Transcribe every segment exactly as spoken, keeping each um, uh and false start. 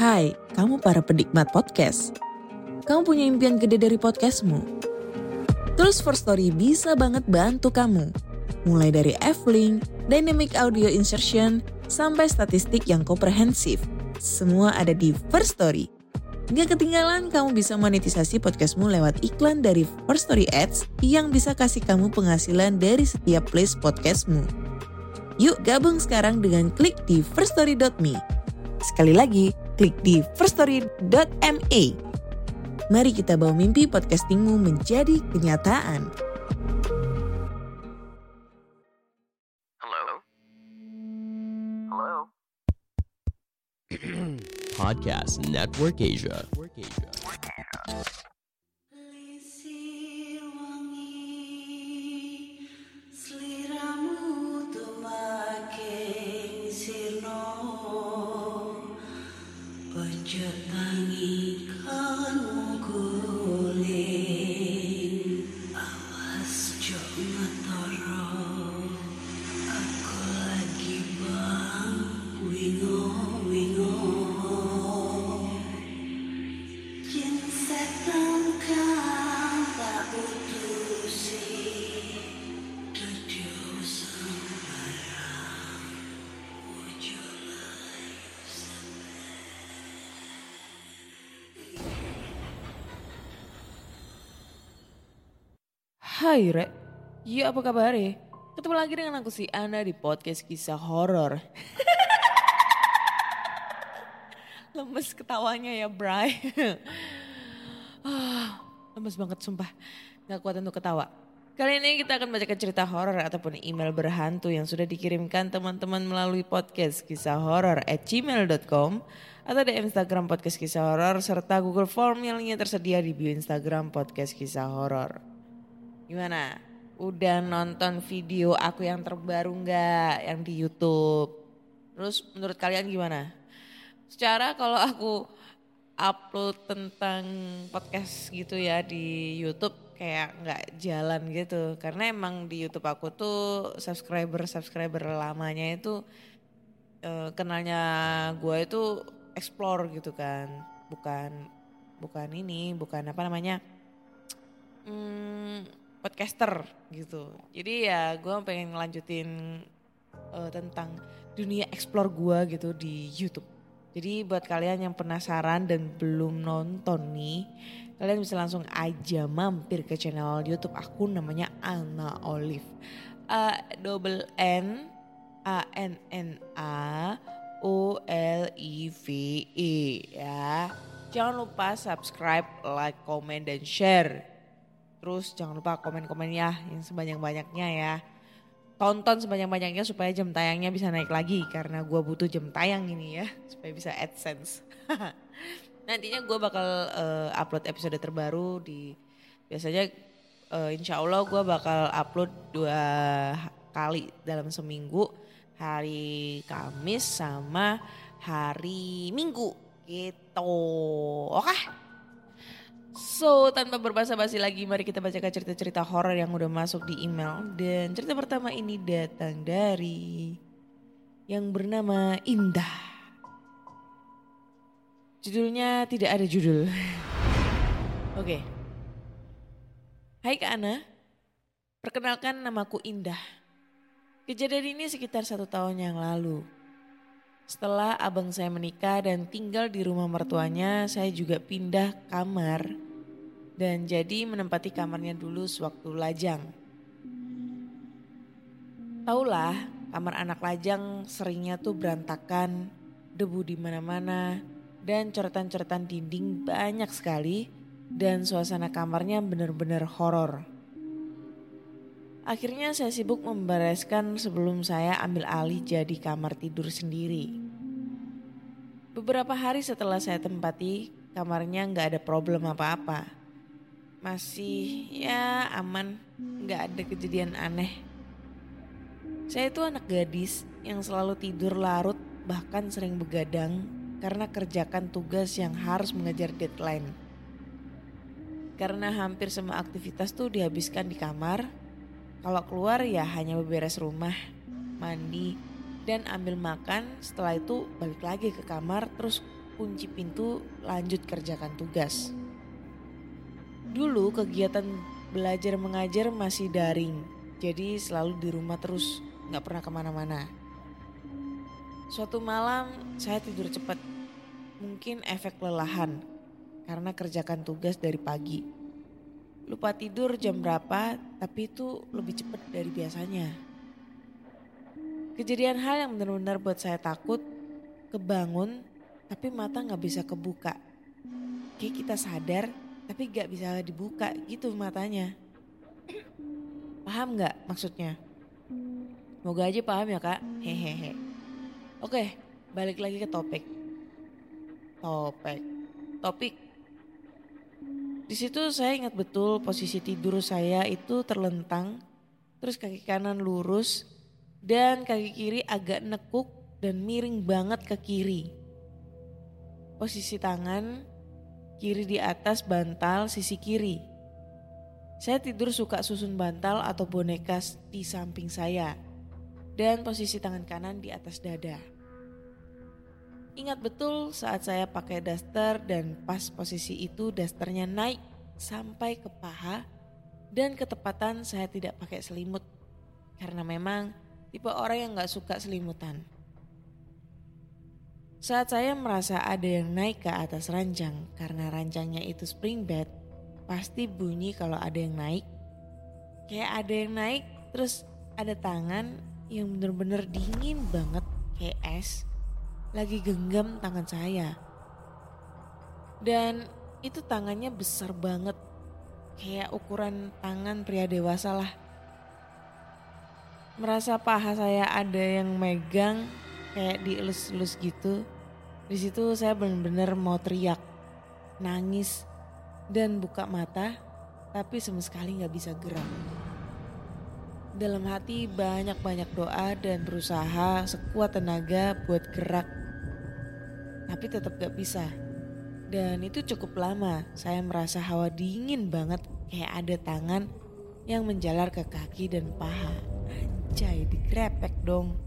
Hai, kamu para penikmat podcast. Kamu punya impian gede dari podcastmu? Terus First Story bisa banget bantu kamu. Mulai dari F-Link, Dynamic Audio Insertion, sampai statistik yang komprehensif. Semua ada di First Story. Gak ketinggalan kamu bisa monetisasi podcastmu lewat iklan dari First Story Ads yang bisa kasih kamu penghasilan dari setiap place podcastmu. Yuk gabung sekarang dengan klik di first story dot me. Sekali lagi, klik di first story dot me. Mari kita bawa mimpi podcastingmu menjadi kenyataan. Hello? Hello? Podcast Network Asia. Lisir wangi, seliramu tumaking sirno, ojo tangi kanmu guling, awas jo ngetoro, aku lagi bang wingo-wingo. Jin setan kang tak putusi, dudu sembarang ojo layu Hai Rek, ya apa kabar ya? Ketemu lagi dengan aku si Ana di podcast kisah horor. Lemes ketawanya ya Bray. Ah, lemes banget sumpah, gak kuat untuk ketawa. Kali ini kita akan bacakan cerita horor ataupun email berhantu yang sudah dikirimkan teman-teman melalui podcast kisah horor at gmail dot com atau di Instagram podcast kisah horor serta Google Form yang linknya tersedia di bio Instagram podcast kisah horor. Gimana? Udah nonton video aku yang terbaru nggak yang di YouTube? Terus menurut kalian gimana? Secara kalau aku upload tentang podcast gitu ya di YouTube kayak nggak jalan gitu. Karena emang di YouTube aku tuh subscriber-subscriber lamanya itu eh, kenalnya gue itu explore gitu kan. Bukan bukan ini, bukan apa namanya. Hmm, podcaster gitu. Jadi ya gue pengen ngelanjutin uh, tentang dunia explore gue gitu di YouTube. Jadi buat kalian yang penasaran dan belum nonton nih, kalian bisa langsung aja mampir ke channel YouTube aku namanya Ana Olive. A double N A N N A O L I V E ya. Jangan lupa subscribe, like, komen dan share. Terus jangan lupa komen-komen ya yang sebanyak-banyaknya ya. Tonton sebanyak-banyaknya supaya jam tayangnya bisa naik lagi. Karena gue butuh jam tayang ini ya. Supaya bisa AdSense. Nantinya gue bakal uh, upload episode terbaru di. Biasanya uh, insya Allah gue bakal upload dua kali dalam seminggu. Hari Kamis sama hari Minggu gitu. Oke? So, tanpa berbasa-basi lagi, mari kita bacakan cerita-cerita horor yang udah masuk di email. Dan cerita pertama ini datang dari yang bernama Indah. Judulnya tidak ada judul. Oke. Okay. Hai Kak Ana, perkenalkan namaku Indah. Kejadian ini sekitar satu tahun yang lalu. Setelah abang saya menikah dan tinggal di rumah mertuanya, saya juga pindah kamar dan jadi menempati kamarnya dulu sewaktu lajang. Taulah, kamar anak lajang seringnya tuh berantakan, debu di mana-mana, dan coretan-coretan dinding banyak sekali dan suasana kamarnya benar-benar horor. Akhirnya saya sibuk membereskan sebelum saya ambil alih jadi kamar tidur sendiri. Beberapa hari setelah saya tempati, kamarnya gak ada problem apa-apa. Masih ya aman, gak ada kejadian aneh. Saya itu anak gadis yang selalu tidur larut bahkan sering begadang karena kerjakan tugas yang harus mengejar deadline. Karena hampir semua aktivitas tuh dihabiskan di kamar. Kalau keluar ya hanya beberes rumah, mandi, dan ambil makan. Setelah itu balik lagi ke kamar terus kunci pintu, lanjut kerjakan tugas. Dulu kegiatan belajar mengajar masih daring, jadi selalu di rumah terus, gak pernah kemana-mana. Suatu malam saya tidur cepat, mungkin efek kelelahan karena kerjakan tugas dari pagi. Lupa tidur jam berapa, tapi itu lebih cepat dari biasanya. Kejadian hal yang benar-benar buat saya takut, kebangun tapi mata gak bisa kebuka. Kayak kita sadar tapi gak bisa dibuka gitu matanya. Paham gak maksudnya? Moga aja paham ya kak, hehehe. Oke, balik lagi ke topik. Topik, topik. Di situ saya ingat betul posisi tidur saya itu terlentang, terus kaki kanan lurus dan kaki kiri agak nekuk dan miring banget ke kiri. Posisi tangan kiri di atas bantal sisi kiri. Saya tidur suka susun bantal atau boneka di samping saya dan posisi tangan kanan di atas dada. Ingat betul saat saya pakai daster dan pas posisi itu dasternya naik sampai ke paha dan ketepatan saya tidak pakai selimut karena memang tipe orang yang gak suka selimutan. Saat saya merasa ada yang naik ke atas ranjang karena ranjangnya itu spring bed, pasti bunyi kalau ada yang naik. Kayak ada yang naik terus ada tangan yang bener-bener dingin banget kayak es. Lagi genggam tangan saya. Dan itu tangannya besar banget. Kayak ukuran tangan pria dewasa lah. Merasa paha saya ada yang megang kayak dielus-elus gitu. Di situ saya benar-benar mau teriak, nangis dan buka mata tapi sama sekali gak bisa gerak. Dalam hati banyak-banyak doa dan berusaha sekuat tenaga buat gerak. Tapi tetap gak bisa. Dan itu cukup lama saya merasa hawa dingin banget kayak ada tangan yang menjalar ke kaki dan paha. Anjay, digrepek dong.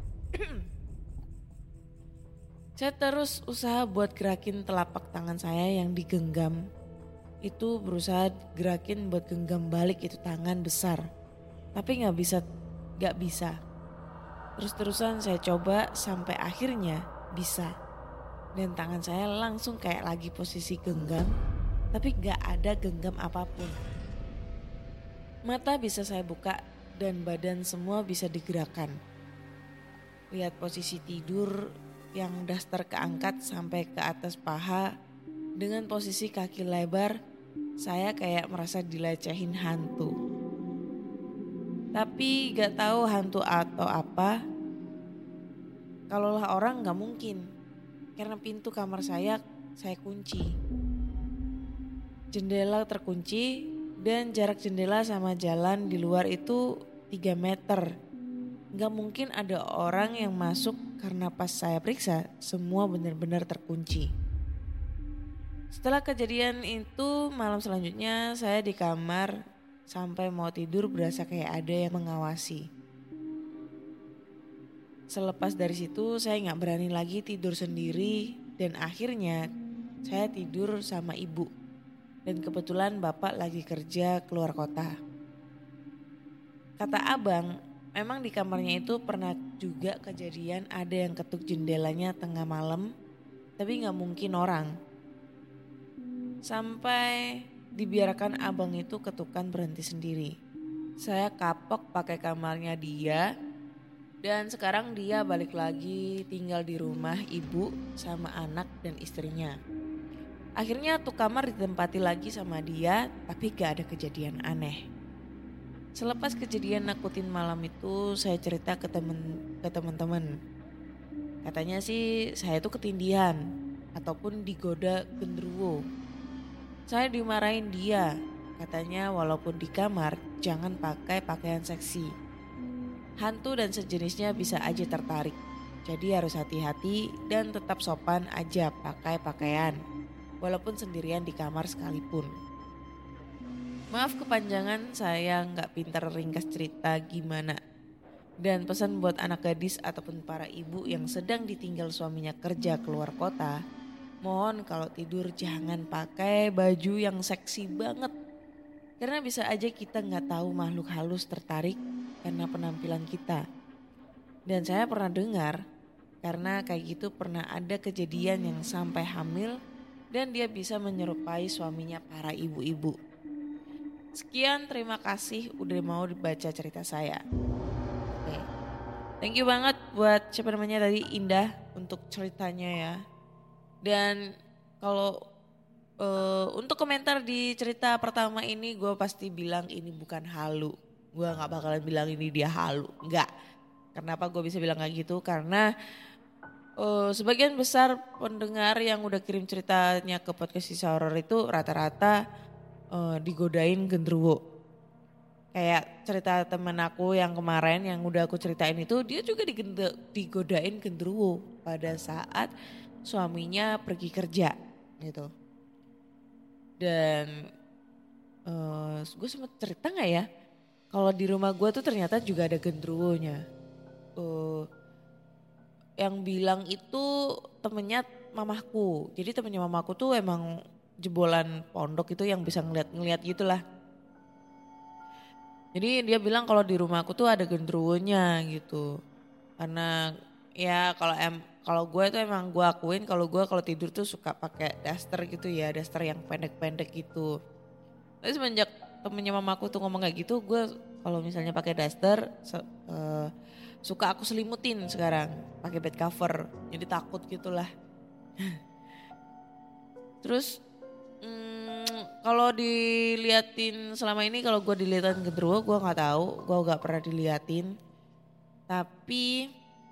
Saya terus usaha buat gerakin telapak tangan saya yang digenggam. Itu berusaha gerakin buat genggam balik itu tangan besar. Tapi gak bisa, gak bisa. Terus-terusan saya coba sampai akhirnya bisa. Dan tangan saya langsung kayak lagi posisi genggam, tapi gak ada genggam apapun. Mata bisa saya buka dan badan semua bisa digerakkan. Lihat posisi tidur yang daster keangkat sampai ke atas paha dengan posisi kaki lebar, saya kayak merasa dilecehin hantu. Tapi gak tahu hantu atau apa. Kalaulah orang gak mungkin. Karena pintu kamar saya, saya kunci. Jendela terkunci dan jarak jendela sama jalan di luar itu tiga meter. Gak mungkin ada orang yang masuk karena pas saya periksa semua benar-benar terkunci. Setelah kejadian itu malam selanjutnya saya di kamar sampai mau tidur berasa kayak ada yang mengawasi. Selepas dari situ saya gak berani lagi tidur sendiri dan akhirnya saya tidur sama ibu. Dan kebetulan bapak lagi kerja keluar kota. Kata abang, memang di kamarnya itu pernah juga kejadian ada yang ketuk jendelanya tengah malam, tapi gak mungkin orang. Sampai dibiarkan abang itu ketukan berhenti sendiri. Saya kapok pakai kamarnya dia. Dan sekarang dia balik lagi tinggal di rumah ibu sama anak dan istrinya. Akhirnya tuh kamar ditempati lagi sama dia tapi gak ada kejadian aneh. Selepas kejadian nakutin malam itu saya cerita ke temen ke teman-teman. Katanya sih saya tuh ketindihan ataupun digoda genderuwo. Saya dimarahin dia. Katanya walaupun di kamar jangan pakai pakaian seksi. Hantu dan sejenisnya bisa aja tertarik. Jadi harus hati-hati dan tetap sopan aja pakai pakaian. Walaupun sendirian di kamar sekalipun. Maaf kepanjangan, saya gak pintar ringkas cerita gimana. Dan pesan buat anak gadis ataupun para ibu yang sedang ditinggal suaminya kerja keluar kota. mohon kalau tidur jangan pakai baju yang seksi banget. Karena bisa aja kita nggak tahu makhluk halus tertarik karena penampilan kita. Dan saya pernah dengar karena kayak gitu pernah ada kejadian yang sampai hamil dan dia bisa menyerupai suaminya para ibu-ibu. Sekian, terima kasih udah mau dibaca cerita saya. Oke. Thank you banget buat siapa namanya tadi, Indah, untuk ceritanya ya. Dan kalau uh, untuk komentar di cerita pertama ini gue pasti bilang ini bukan halu. Gue gak bakalan bilang ini dia halu, enggak. Kenapa gue bisa bilang kayak gitu? Karena uh, sebagian besar pendengar yang udah kirim ceritanya ke podcast Kisah Horor itu rata-rata uh, digodain genderuwo. Kayak cerita temen aku yang kemarin yang udah aku ceritain itu, dia juga digende, digodain genderuwo pada saat suaminya pergi kerja gitu. Dan uh, gue sempet cerita gak ya, kalau di rumah gue tuh ternyata juga ada genderuwonya. Uh, yang bilang itu temennya mamahku. Jadi temennya mamaku tuh emang jebolan pondok itu yang bisa ngeliat-ngeliat gitulah. Jadi dia bilang kalau di rumahku tuh ada genderuwonya gitu. Karena ya kalau em kalau gue tuh emang gue akuin kalau gue kalau tidur tuh suka pakai daster gitu ya, daster yang pendek-pendek gitu. Tapi semenjak temennya mamaku tuh ngomong kayak gitu, gue kalau misalnya pakai daster uh, suka aku selimutin sekarang pakai bed cover, jadi takut gitulah. Terus hmm, kalau diliatin selama ini, kalau gue diliatin genderuwo gue nggak tahu, gue nggak pernah diliatin. Tapi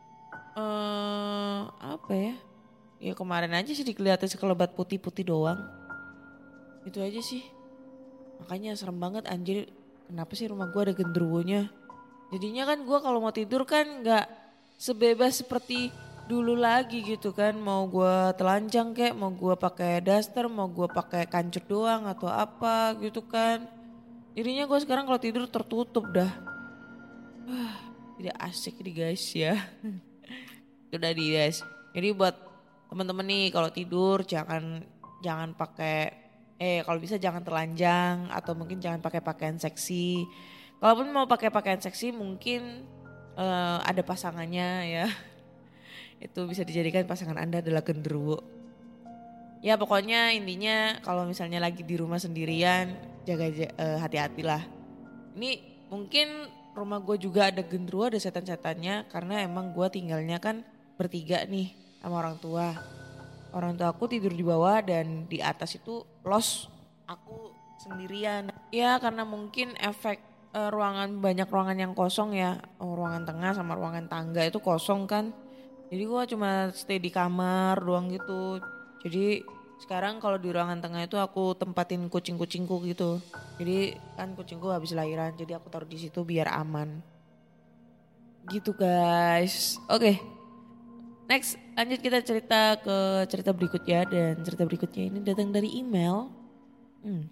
Uh, apa ya? Ya kemarin aja sih dikeliatin sekelebat putih-putih doang. Itu aja sih. Makanya serem banget anjir. Kenapa sih rumah gue ada genderuwonya? Jadinya kan gue kalau mau tidur kan nggak sebebas seperti dulu lagi gitu kan. Mau gue telanjang kek, mau gue pakai daster, mau gue pakai kancut doang atau apa gitu kan. Jadinya gue sekarang kalau tidur tertutup dah. Ah, tidak asik nih guys ya. Udah di guys. Jadi buat teman-teman nih kalau tidur jangan jangan pakai eh kalau bisa jangan telanjang atau mungkin jangan pakai pakaian seksi. Kalaupun mau pakai pakaian seksi mungkin uh, ada pasangannya ya. Itu bisa dijadikan pasangan Anda adalah genderuwo. Ya pokoknya intinya kalau misalnya lagi di rumah sendirian jaga uh, hati-hatilah. Ini mungkin rumah gue juga ada genderuwo, ada setan-setannya karena emang gue tinggalnya kan bertiga nih sama orang tua. Orang tua aku tidur di bawah dan di atas itu los, aku sendirian. Ya karena mungkin efek uh, ruangan, banyak ruangan yang kosong ya. Oh, ruangan tengah sama ruangan tangga itu kosong kan. Jadi gue cuma stay di kamar doang gitu. Jadi sekarang kalau di ruangan tengah itu aku tempatin kucing-kucingku gitu. Jadi kan kucingku habis lahiran, jadi aku taruh di situ biar aman. Gitu guys. Oke. Okay. Next, lanjut kita cerita ke cerita berikutnya, dan cerita berikutnya ini datang dari email. Hmm.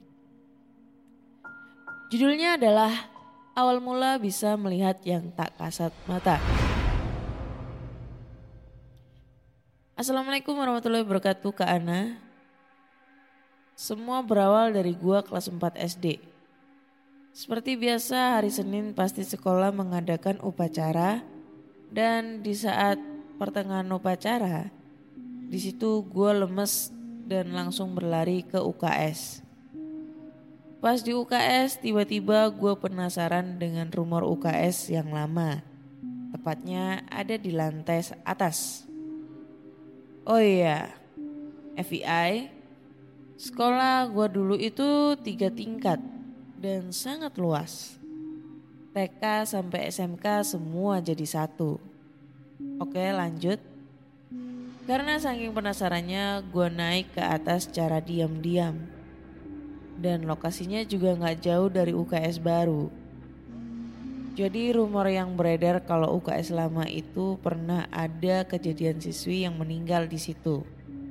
Judulnya adalah Awal Mula Bisa Melihat Yang Tak Kasat Mata. Assalamualaikum warahmatullahi wabarakatuh Kak Ana. Semua berawal dari gua kelas empat S D. Seperti biasa hari Senin pasti sekolah mengadakan upacara, dan di saat pertengahan upacara, di situ gue lemes dan langsung berlari ke U K S. Pas di U K S tiba-tiba gue penasaran dengan rumor U K S yang lama. Tepatnya ada di lantai atas. Oh iya, F Y I, sekolah gue dulu itu tiga tingkat dan sangat luas. T K sampai S M K semua jadi satu. Oke lanjut. Karena saking penasarannya gue naik ke atas secara diam-diam. Dan lokasinya juga gak jauh dari U K S baru. Jadi rumor yang beredar kalau U K S lama itu pernah ada kejadian siswi yang meninggal di situ.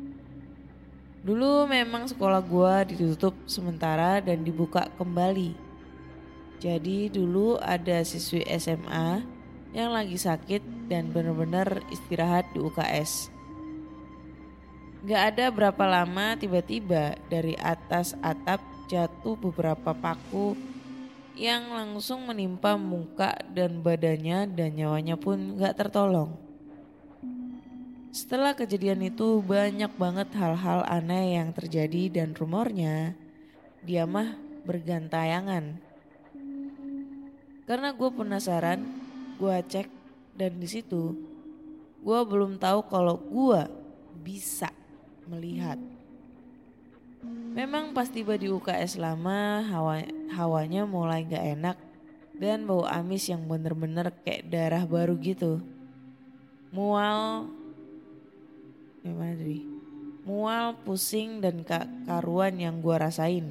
Dulu memang sekolah gue ditutup sementara dan dibuka kembali. Jadi dulu ada siswi S M A yang lagi sakit dan benar-benar istirahat di U K S. Gak ada berapa lama tiba-tiba dari atas atap jatuh beberapa paku yang langsung menimpa muka dan badannya dan nyawanya pun gak tertolong. Setelah kejadian itu banyak banget hal-hal aneh yang terjadi dan rumornya dia mah bergantayangan. Karena gue penasaran, gue cek dan di situ gue belum tahu kalau gue bisa melihat. Memang pas tiba di U K S lama hawa, hawanya mulai gak enak dan bau amis yang bener-bener kayak darah baru gitu. Mual, gimana tadi? Mual, pusing dan gak karuan yang gue rasain.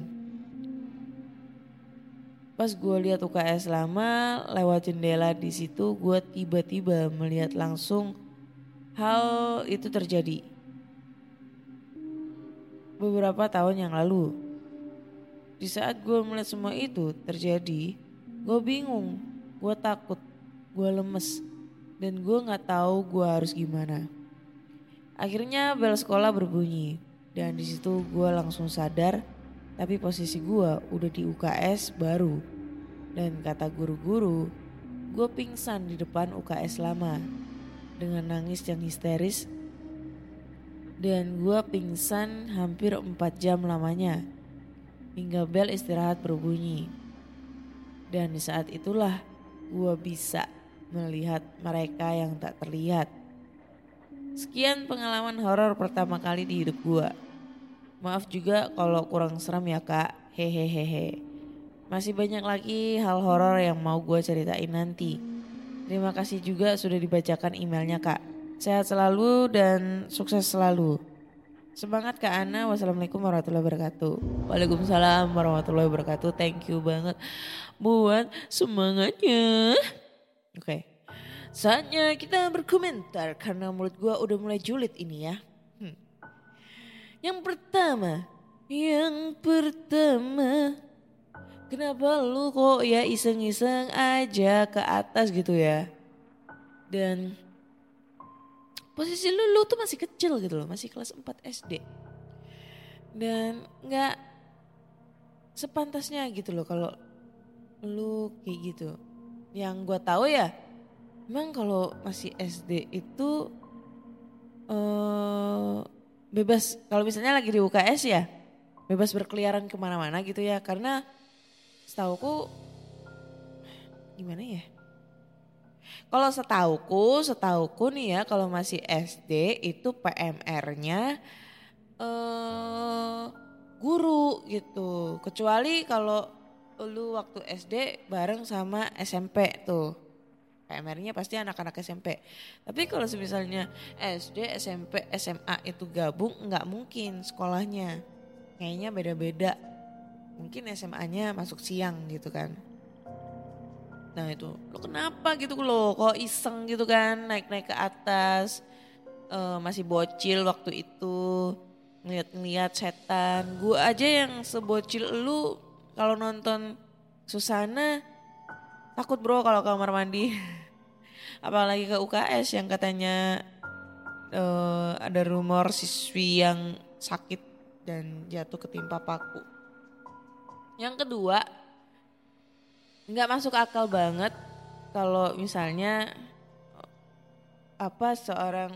Pas gue lihat U K S lama lewat jendela di situ, gue tiba-tiba melihat langsung hal itu terjadi. Beberapa tahun yang lalu. Di saat gue melihat semua itu terjadi, gue bingung, gue takut, gue lemes, dan gue gak tahu gue harus gimana. Akhirnya bel sekolah berbunyi, dan di situ gue langsung sadar, tapi posisi gue udah di U K S baru. Dan kata guru-guru, gue pingsan di depan U K S lama, dengan nangis yang histeris. Dan gue pingsan hampir empat jam lamanya hingga bel istirahat berbunyi. Dan di saat itulah gue bisa melihat mereka yang tak terlihat. Sekian pengalaman horor pertama kali di hidup gue. Maaf juga kalau kurang serem ya kak, hehehehe. Masih banyak lagi hal horor yang mau gue ceritain nanti. Terima kasih juga sudah dibacakan emailnya kak. Sehat selalu dan sukses selalu. Semangat Kak Ana. Wassalamualaikum warahmatullahi wabarakatuh. Waalaikumsalam warahmatullahi wabarakatuh. Thank you banget buat semangatnya. Oke. Okay. Saatnya kita berkomentar karena mulut gue udah mulai julid ini ya. Hmm. Yang pertama, yang pertama, kenapa lu kok ya iseng-iseng aja ke atas gitu ya? Dan posisi lu, lu tuh masih kecil gitu loh, masih kelas empat S D. Dan gak sepantasnya gitu loh kalau lu kayak gitu. Yang gue tahu ya, emang kalau masih S D itu uh, bebas, kalau misalnya lagi di U K S ya, bebas berkeliaran kemana-mana gitu ya. Karena setauku, gimana ya? Kalau setauku, setauku nih ya kalau masih S D itu P M R-nya eh, guru gitu. Kecuali kalau lu waktu S D bareng sama S M P tuh. P M R-nya pasti anak-anak S M P. Tapi kalau misalnya S D, S M P, S M A itu gabung nggak mungkin sekolahnya. Kayaknya beda-beda. Mungkin S M A-nya masuk siang gitu kan. Nah itu, lo kenapa gitu lo kok iseng gitu kan naik-naik ke atas, uh, masih bocil waktu itu, ngeliat-ngeliat setan. Gue aja yang sebocil lu kalau nonton Susana takut bro kalau kamar mandi. Apalagi ke U K S yang katanya uh, ada rumor siswi yang sakit dan jatuh ketimpa paku. Yang kedua, nggak masuk akal banget kalau misalnya apa seorang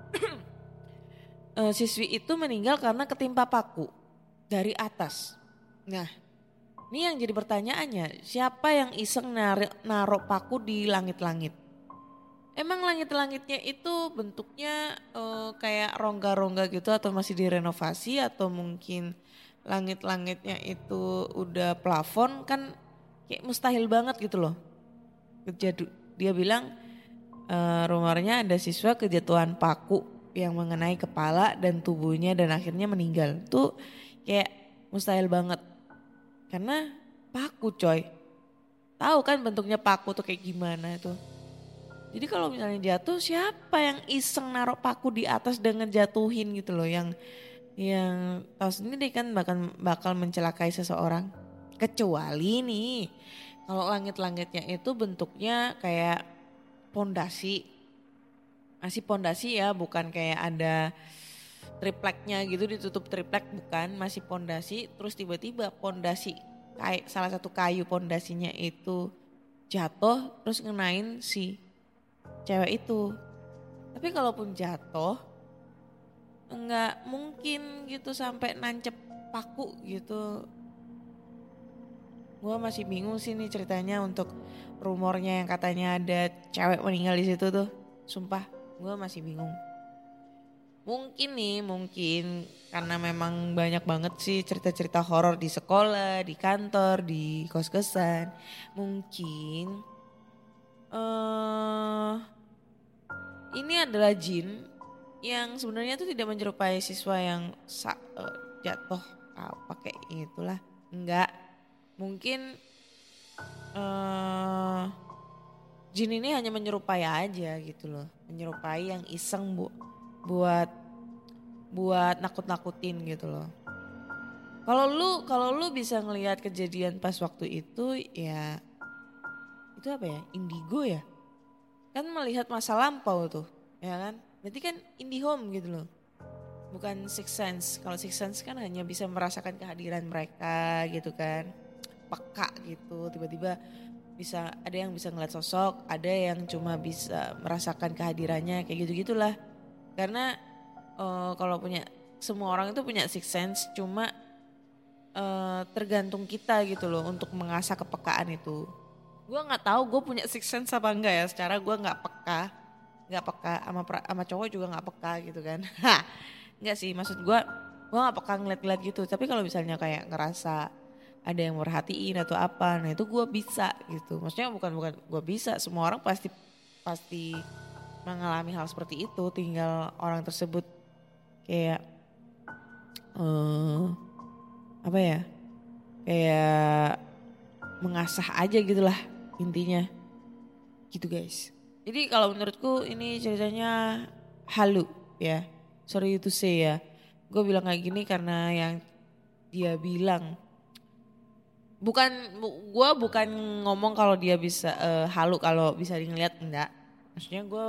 uh, siswi itu meninggal karena ketimpa paku dari atas. Nah, ini yang jadi pertanyaannya, siapa yang iseng narik narok paku di langit-langit? Emang langit-langitnya itu bentuknya uh, kayak rongga-rongga gitu atau masih direnovasi atau mungkin langit-langitnya itu udah plafon kan? Kayak mustahil banget gitu loh. Kejadu, dia bilang uh, rumornya ada siswa kejatuhan paku yang mengenai kepala dan tubuhnya dan akhirnya meninggal. Tuh kayak mustahil banget. Karena paku coy. Tahu kan bentuknya paku tuh kayak gimana itu. Jadi kalau misalnya jatuh siapa yang iseng naruh paku di atas dan ngejatuhin gitu loh. Yang yang tahu sendiri kan bakal, bakal mencelakai seseorang. Kecuali nih kalau langit-langitnya itu bentuknya kayak pondasi. Masih pondasi ya, bukan kayak ada tripleknya gitu, ditutup triplek, bukan, masih pondasi. Terus tiba-tiba pondasi kayak salah satu kayu pondasinya itu jatuh terus ngenain si cewek itu. Tapi kalaupun jatuh enggak mungkin gitu sampai nancep paku gitu. Gue masih bingung sih nih ceritanya untuk rumornya yang katanya ada cewek meninggal di situ tuh. Sumpah gue masih bingung. Mungkin nih, mungkin karena memang banyak banget sih cerita-cerita horor di sekolah, di kantor, di kos-kosan. Mungkin uh, ini adalah jin yang sebenarnya tuh tidak menyerupai siswa yang sa- uh, jatuh apa kayak itulah. Enggak, mungkin uh, jin ini hanya menyerupai aja gitu loh. Menyerupai yang iseng bu. buat buat nakut-nakutin gitu loh. Kalau lu kalau lu bisa ngelihat kejadian pas waktu itu ya itu apa ya? Indigo ya? Kan melihat masa lampau tuh, ya kan? Berarti kan IndiHome gitu loh. Bukan Six Sense. Kalau Six Sense kan hanya bisa merasakan kehadiran mereka gitu kan. Peka gitu, tiba-tiba bisa ada yang bisa ngeliat sosok, ada yang cuma bisa merasakan kehadirannya kayak gitu-gitulah. Karena uh, kalau punya semua orang itu punya six sense, cuma uh, tergantung kita gitu loh untuk mengasah kepekaan itu. Gue nggak tahu gue punya six sense apa enggak ya. Secara gue nggak peka, nggak peka sama sama cowok juga nggak peka gitu kan. Nggak sih, maksud gue gue nggak peka ngeliat-ngeliat gitu. Tapi kalau misalnya kayak ngerasa ada yang merhatiin atau apa, nah itu gue bisa gitu. Maksudnya bukan bukan gue bisa, semua orang pasti pasti mengalami hal seperti itu, tinggal orang tersebut kayak uh, apa ya, kayak mengasah aja gitulah intinya, gitu guys. Jadi kalau menurutku ini ceritanya halu ya, sorry to say ya, gue bilang kayak gini karena yang dia bilang, bukan gue bukan ngomong kalau dia bisa uh, halu kalau bisa dilihat, enggak. Maksudnya gue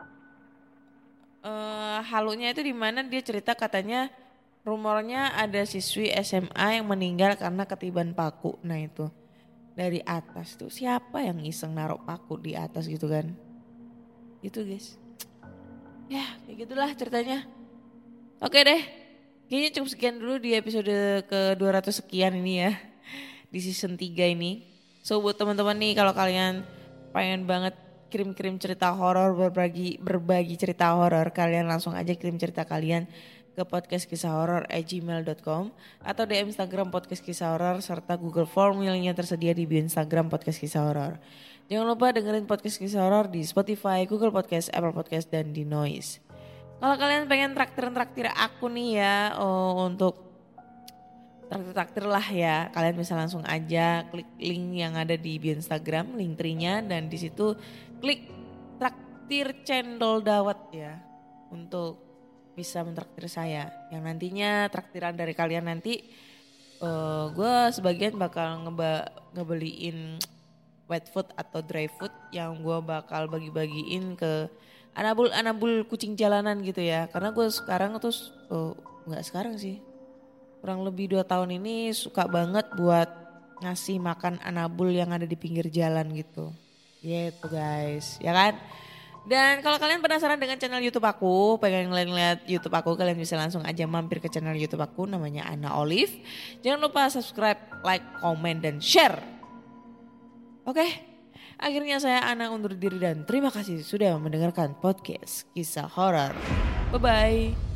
uh, halunya itu di mana dia cerita katanya rumornya ada siswi S M A yang meninggal karena ketiban paku. Nah itu dari atas tuh siapa yang iseng naruh paku di atas gitu kan. Gitu guys. Ya kayak gitulah ceritanya. Oke deh, kayaknya cukup sekian dulu di episode ke dua ratus sekian ini ya. Di season tiga ini. So buat teman-teman nih kalau kalian pengen banget kirim-kirim cerita horor, berbagi berbagi cerita horor, kalian langsung aja kirim cerita kalian ke podcast kisah horor at gmail dot com atau di Instagram podcast kisah horor serta Google Form yang tersedia di bio Instagram podcast kisah horor. Jangan lupa dengerin podcast kisah horor di Spotify, Google Podcast, Apple Podcast dan di Noise. Kalau kalian pengen traktir-traktir aku nih ya oh, untuk traktir-traktir lah ya, kalian bisa langsung aja klik link yang ada di bio Instagram, link tree-nya, dan di situ klik traktir cendol dawet ya untuk bisa mentraktir saya. Yang nantinya traktiran dari kalian nanti uh, gue sebagian bakal ngeba, ngebeliin wet food atau dry food yang gue bakal bagi-bagiin ke anabul-anabul kucing jalanan gitu ya. Karena gue sekarang tuh uh, nggak sekarang sih. Kurang lebih dua tahun ini suka banget buat ngasih makan anabul yang ada di pinggir jalan gitu. Gitu guys, ya kan? Dan kalau kalian penasaran dengan channel YouTube aku, pengen ngeliat-ngeliat YouTube aku, kalian bisa langsung aja mampir ke channel YouTube aku namanya Ana Olive. Jangan lupa subscribe, like, komen, dan share. Oke, akhirnya saya Ana undur diri dan terima kasih sudah mendengarkan podcast kisah horor. Bye-bye.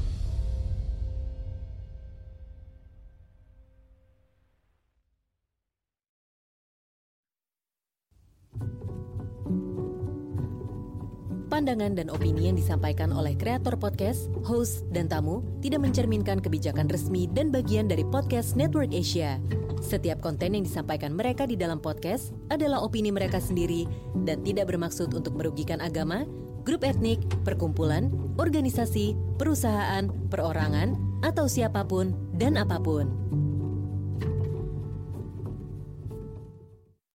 Pandangan dan opini yang disampaikan oleh kreator podcast, host, dan tamu tidak mencerminkan kebijakan resmi dan bagian dari podcast Network Asia. Setiap konten yang disampaikan mereka di dalam podcast adalah opini mereka sendiri dan tidak bermaksud untuk merugikan agama, grup etnik, perkumpulan, organisasi, perusahaan, perorangan, atau siapapun dan apapun.